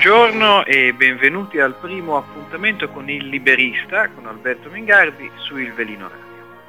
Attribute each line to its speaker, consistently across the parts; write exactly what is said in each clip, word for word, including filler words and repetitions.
Speaker 1: Buongiorno e benvenuti al primo appuntamento con il Liberista, con Alberto Mingardi, su Il Velino Radio.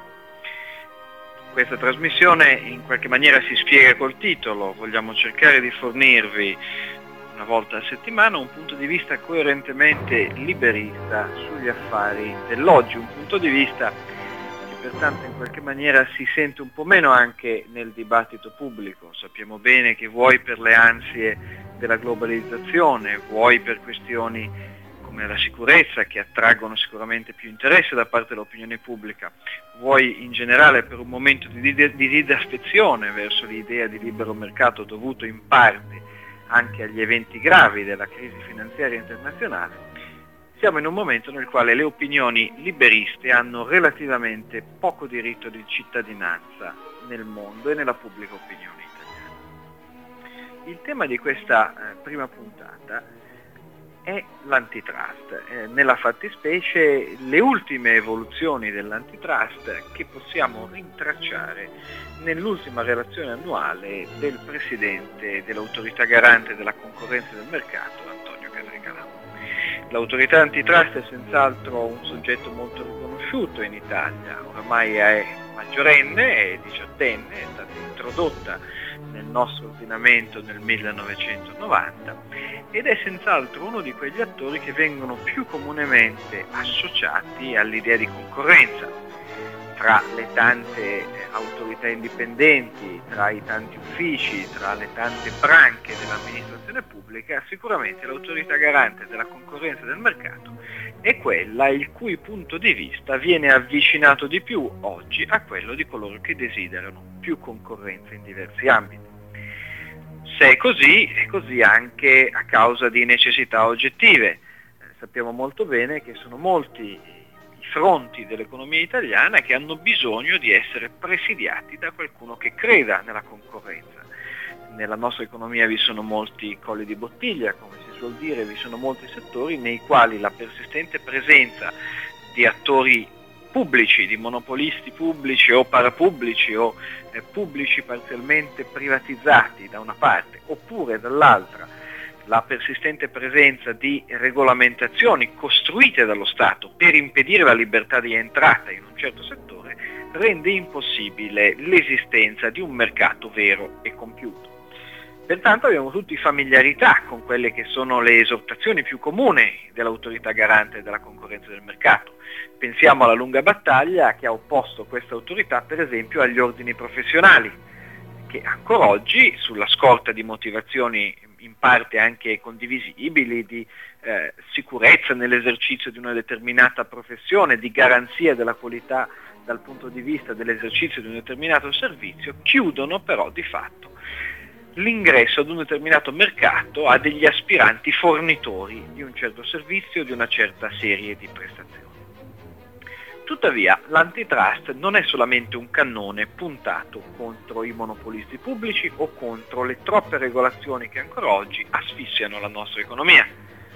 Speaker 1: Questa trasmissione in qualche maniera si spiega col titolo. Vogliamo cercare di fornirvi una volta a settimana un punto di vista coerentemente liberista sugli affari dell'oggi, un punto di vista che pertanto in qualche maniera si sente un po' meno anche nel dibattito pubblico. Sappiamo bene che vuoi per le ansie della globalizzazione, vuoi per questioni come la sicurezza che attraggono sicuramente più interesse da parte dell'opinione pubblica, vuoi in generale per un momento di, di, di disaffezione verso l'idea di libero mercato dovuto in parte anche agli eventi gravi della crisi finanziaria internazionale, siamo in un momento nel quale le opinioni liberiste hanno relativamente poco diritto di cittadinanza nel mondo e nella pubblica opinione italiana. Il tema di questa eh, prima puntata è l'antitrust, eh, nella fattispecie le ultime evoluzioni dell'antitrust che possiamo rintracciare nell'ultima relazione annuale del Presidente dell'Autorità Garante della Concorrenza e del Mercato, Antonio Casalcalavra. L'autorità antitrust è senz'altro un soggetto molto riconosciuto in Italia, oramai è maggiorenne, è diciottenne, è stata introdotta nel nostro ordinamento nel millenovecentonovanta ed è senz'altro uno di quegli attori che vengono più comunemente associati all'idea di concorrenza. Tra le tante autorità indipendenti, tra i tanti uffici, tra le tante branche dell'amministrazione pubblica, sicuramente l'autorità garante della concorrenza e del mercato è quella il cui punto di vista viene avvicinato di più oggi a quello di coloro che desiderano più concorrenza in diversi ambiti. Se è così, è così anche a causa di necessità oggettive. Eh, sappiamo molto bene che sono molti i fronti dell'economia italiana che hanno bisogno di essere presidiati da qualcuno che creda nella concorrenza. Nella nostra economia vi sono molti colli di bottiglia, come si suol dire, vi sono molti settori nei quali la persistente presenza di attori pubblici, di monopolisti pubblici o parapubblici o eh, pubblici parzialmente privatizzati da una parte, oppure dall'altra la persistente presenza di regolamentazioni costruite dallo Stato per impedire la libertà di entrata in un certo settore, rende impossibile l'esistenza di un mercato vero e compiuto. Pertanto abbiamo tutti familiarità con quelle che sono le esortazioni più comuni dell'autorità garante della concorrenza del mercato. Pensiamo alla lunga battaglia che ha opposto questa autorità per esempio agli ordini professionali, che ancora oggi, sulla scorta di motivazioni in parte anche condivisibili, di eh, sicurezza nell'esercizio di una determinata professione, di garanzia della qualità dal punto di vista dell'esercizio di un determinato servizio, chiudono però di fatto l'ingresso ad un determinato mercato a degli aspiranti fornitori di un certo servizio, di una certa serie di prestazioni. Tuttavia, l'antitrust non è solamente un cannone puntato contro i monopolisti pubblici o contro le troppe regolazioni che ancora oggi asfissiano la nostra economia.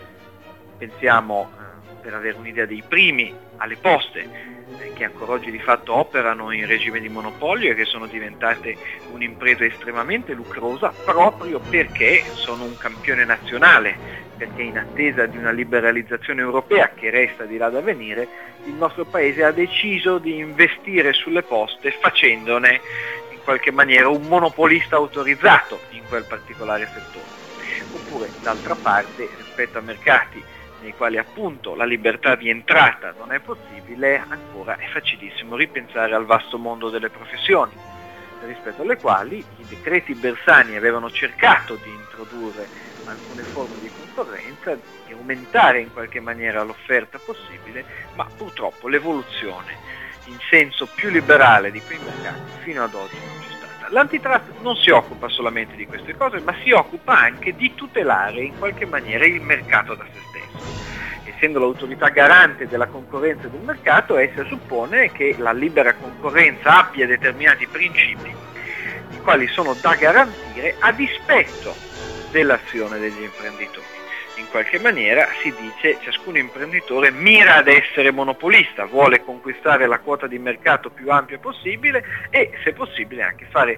Speaker 1: Pensiamo, eh, per avere un'idea dei primi, alle poste, che ancora oggi di fatto operano in regime di monopolio e che sono diventate un'impresa estremamente lucrosa proprio perché sono un campione nazionale, perché in attesa di una liberalizzazione europea che resta di là da venire, il nostro Paese ha deciso di investire sulle poste facendone in qualche maniera un monopolista autorizzato in quel particolare settore. Oppure, d'altra parte, rispetto a mercati nei quali appunto la libertà di entrata non è possibile, ancora è facilissimo ripensare al vasto mondo delle professioni, rispetto alle quali i decreti Bersani avevano cercato di introdurre alcune forme di concorrenza, di aumentare in qualche maniera l'offerta possibile, ma purtroppo l'evoluzione in senso più liberale di quei mercati fino ad oggi non c'è stata. L'antitrust non si occupa solamente di queste cose, ma si occupa anche di tutelare in qualche maniera il mercato da se stesso. Essendo l'autorità garante della concorrenza e del mercato, essa suppone che la libera concorrenza abbia determinati principi, i quali sono da garantire a dispetto dell'azione degli imprenditori. In qualche maniera si dice ciascun imprenditore mira ad essere monopolista, vuole conquistare la quota di mercato più ampia possibile e, se possibile, anche fare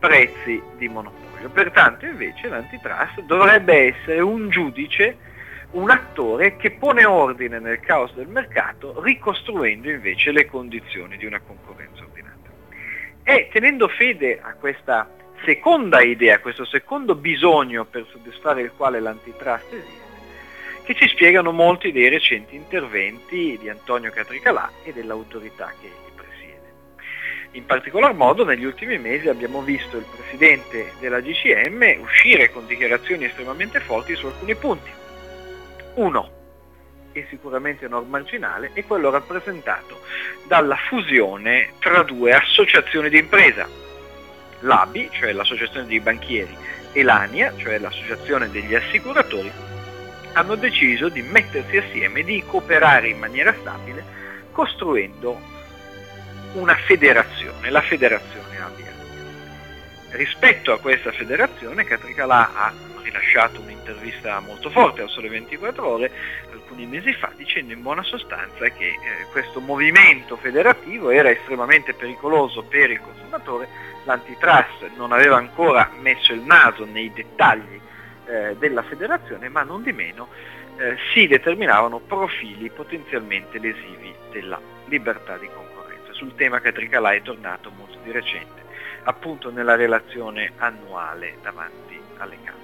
Speaker 1: prezzi di monopolio. Pertanto invece l'antitrust dovrebbe essere un giudice, un attore che pone ordine nel caos del mercato, ricostruendo invece le condizioni di una concorrenza ordinata. E tenendo fede a questa seconda idea, a questo secondo bisogno per soddisfare il quale l'antitrust esiste, che ci spiegano molti dei recenti interventi di Antonio Catricalà e dell'autorità che li presiede. In particolar modo negli ultimi mesi abbiamo visto il presidente della G C M uscire con dichiarazioni estremamente forti su alcuni punti. Uno, e sicuramente non marginale, è quello rappresentato dalla fusione tra due associazioni di impresa, l'A B I, cioè l'associazione dei banchieri, e l'ANIA, cioè l'associazione degli assicuratori, hanno deciso di mettersi assieme e di cooperare in maniera stabile, costruendo una federazione, la federazione A B I. Rispetto a questa federazione, Catricalà ha rilasciato un'intervista molto forte al Sole ventiquattro Ore alcuni mesi fa, dicendo in buona sostanza che eh, questo movimento federativo era estremamente pericoloso per il consumatore. L'antitrust non aveva ancora messo il naso nei dettagli eh, della federazione, ma non di meno eh, si determinavano profili potenzialmente lesivi della libertà di concorrenza. Sul tema Catricalà è tornato molto di recente, appunto nella relazione annuale davanti alle Camere.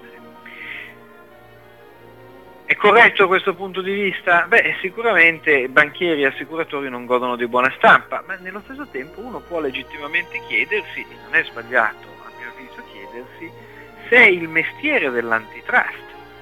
Speaker 1: È corretto questo punto di vista? Beh, sicuramente banchieri e assicuratori non godono di buona stampa, ma nello stesso tempo uno può legittimamente chiedersi, e non è sbagliato a mio avviso chiedersi, se è il mestiere dell'antitrust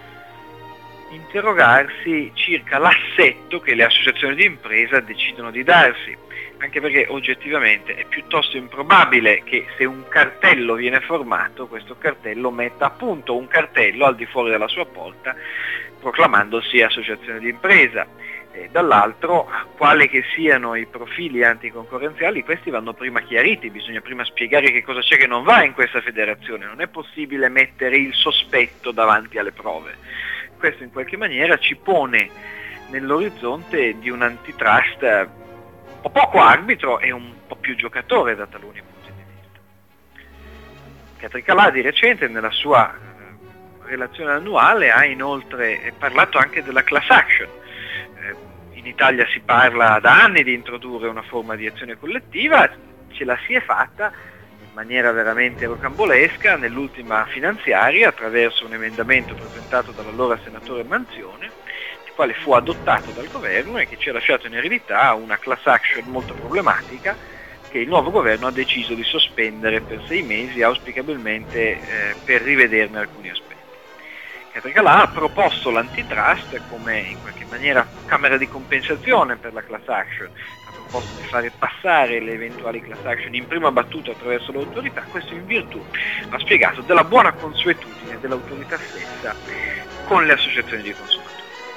Speaker 1: interrogarsi circa l'assetto che le associazioni di impresa decidono di darsi, anche perché oggettivamente è piuttosto improbabile che se un cartello viene formato, questo cartello metta a punto un cartello al di fuori della sua porta proclamandosi associazione di impresa. E dall'altro, quale che siano i profili anticoncorrenziali, questi vanno prima chiariti, bisogna prima spiegare che cosa c'è che non va in questa federazione, non è possibile mettere il sospetto davanti alle prove. Questo in qualche maniera ci pone nell'orizzonte di un antitrust un po' poco arbitro e un po' più giocatore da taluni punti di vista. Catricalà di recente nella sua relazione annuale ha inoltre parlato anche della class action. In Italia si parla da anni di introdurre una forma di azione collettiva, ce la si è fatta in maniera veramente rocambolesca nell'ultima finanziaria attraverso un emendamento presentato dall'allora senatore Manzione, il quale fu adottato dal governo e che ci ha lasciato in eredità una class action molto problematica che il nuovo governo ha deciso di sospendere per sei mesi, auspicabilmente eh, per rivederne alcuni aspetti. Catricalà ha proposto l'antitrust come in qualche maniera camera di compensazione per la class action, ha proposto di fare passare le eventuali class action in prima battuta attraverso l'autorità, questo in virtù, ha spiegato, della buona consuetudine dell'autorità stessa con le associazioni di consumatori.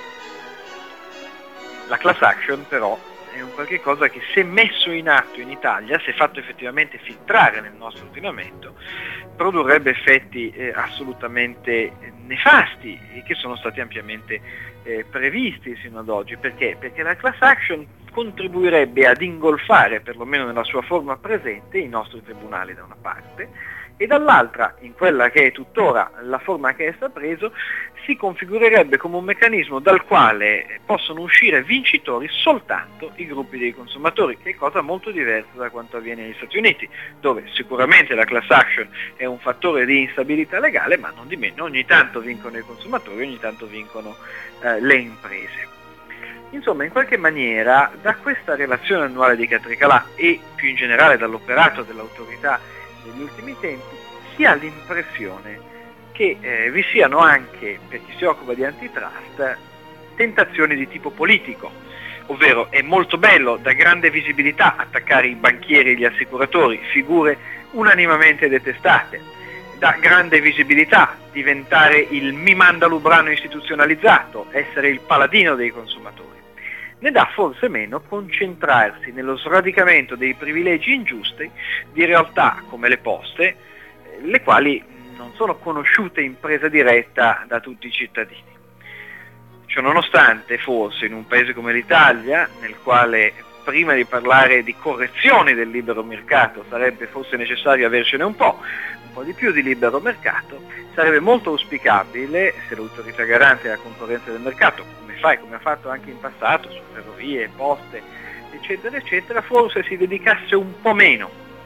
Speaker 1: La class action però è un qualche cosa che, se messo in atto in Italia, se fatto effettivamente filtrare nel nostro ordinamento, produrrebbe effetti eh, assolutamente nefasti e che sono stati ampiamente eh, previsti sino ad oggi. Perché? Perché la class action contribuirebbe ad ingolfare, perlomeno nella sua forma presente, i nostri tribunali da una parte, e dall'altra, in quella che è tuttora la forma che essa ha preso, si configurerebbe come un meccanismo dal quale possono uscire vincitori soltanto i gruppi dei consumatori, che è cosa molto diversa da quanto avviene negli Stati Uniti, dove sicuramente la class action è un fattore di instabilità legale, ma non di meno ogni tanto vincono i consumatori, ogni tanto vincono eh, le imprese. Insomma, in qualche maniera, da questa relazione annuale di Catricalà e più in generale dall'operato dell'autorità negli ultimi tempi, si ha l'impressione che eh, vi siano anche, per chi si occupa di antitrust, tentazioni di tipo politico, ovvero è molto bello, da grande visibilità, attaccare i banchieri e gli assicuratori, figure unanimamente detestate, da grande visibilità diventare il mi manda lubrano istituzionalizzato, essere il paladino dei consumatori. Ne dà forse meno concentrarsi nello sradicamento dei privilegi ingiusti di realtà come le poste, le quali non sono conosciute in presa diretta da tutti i cittadini. Ciononostante, forse in un paese come l'Italia, nel quale prima di parlare di correzioni del libero mercato, sarebbe forse necessario avercene un po', un po' di più di libero mercato. Sarebbe molto auspicabile se l'autorità garante della concorrenza del mercato, come fa e come ha fatto anche in passato su ferrovie, poste, eccetera, eccetera, forse si dedicasse un po' meno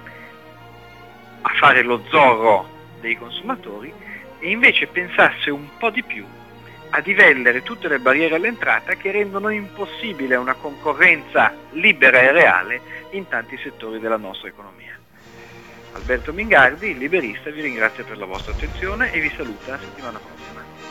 Speaker 1: a fare lo zorro dei consumatori e invece pensasse un po' di più a divellere tutte le barriere all'entrata che rendono impossibile una concorrenza libera e reale in tanti settori della nostra economia. Alberto Mingardi, il liberista, vi ringrazia per la vostra attenzione e vi saluta la settimana prossima.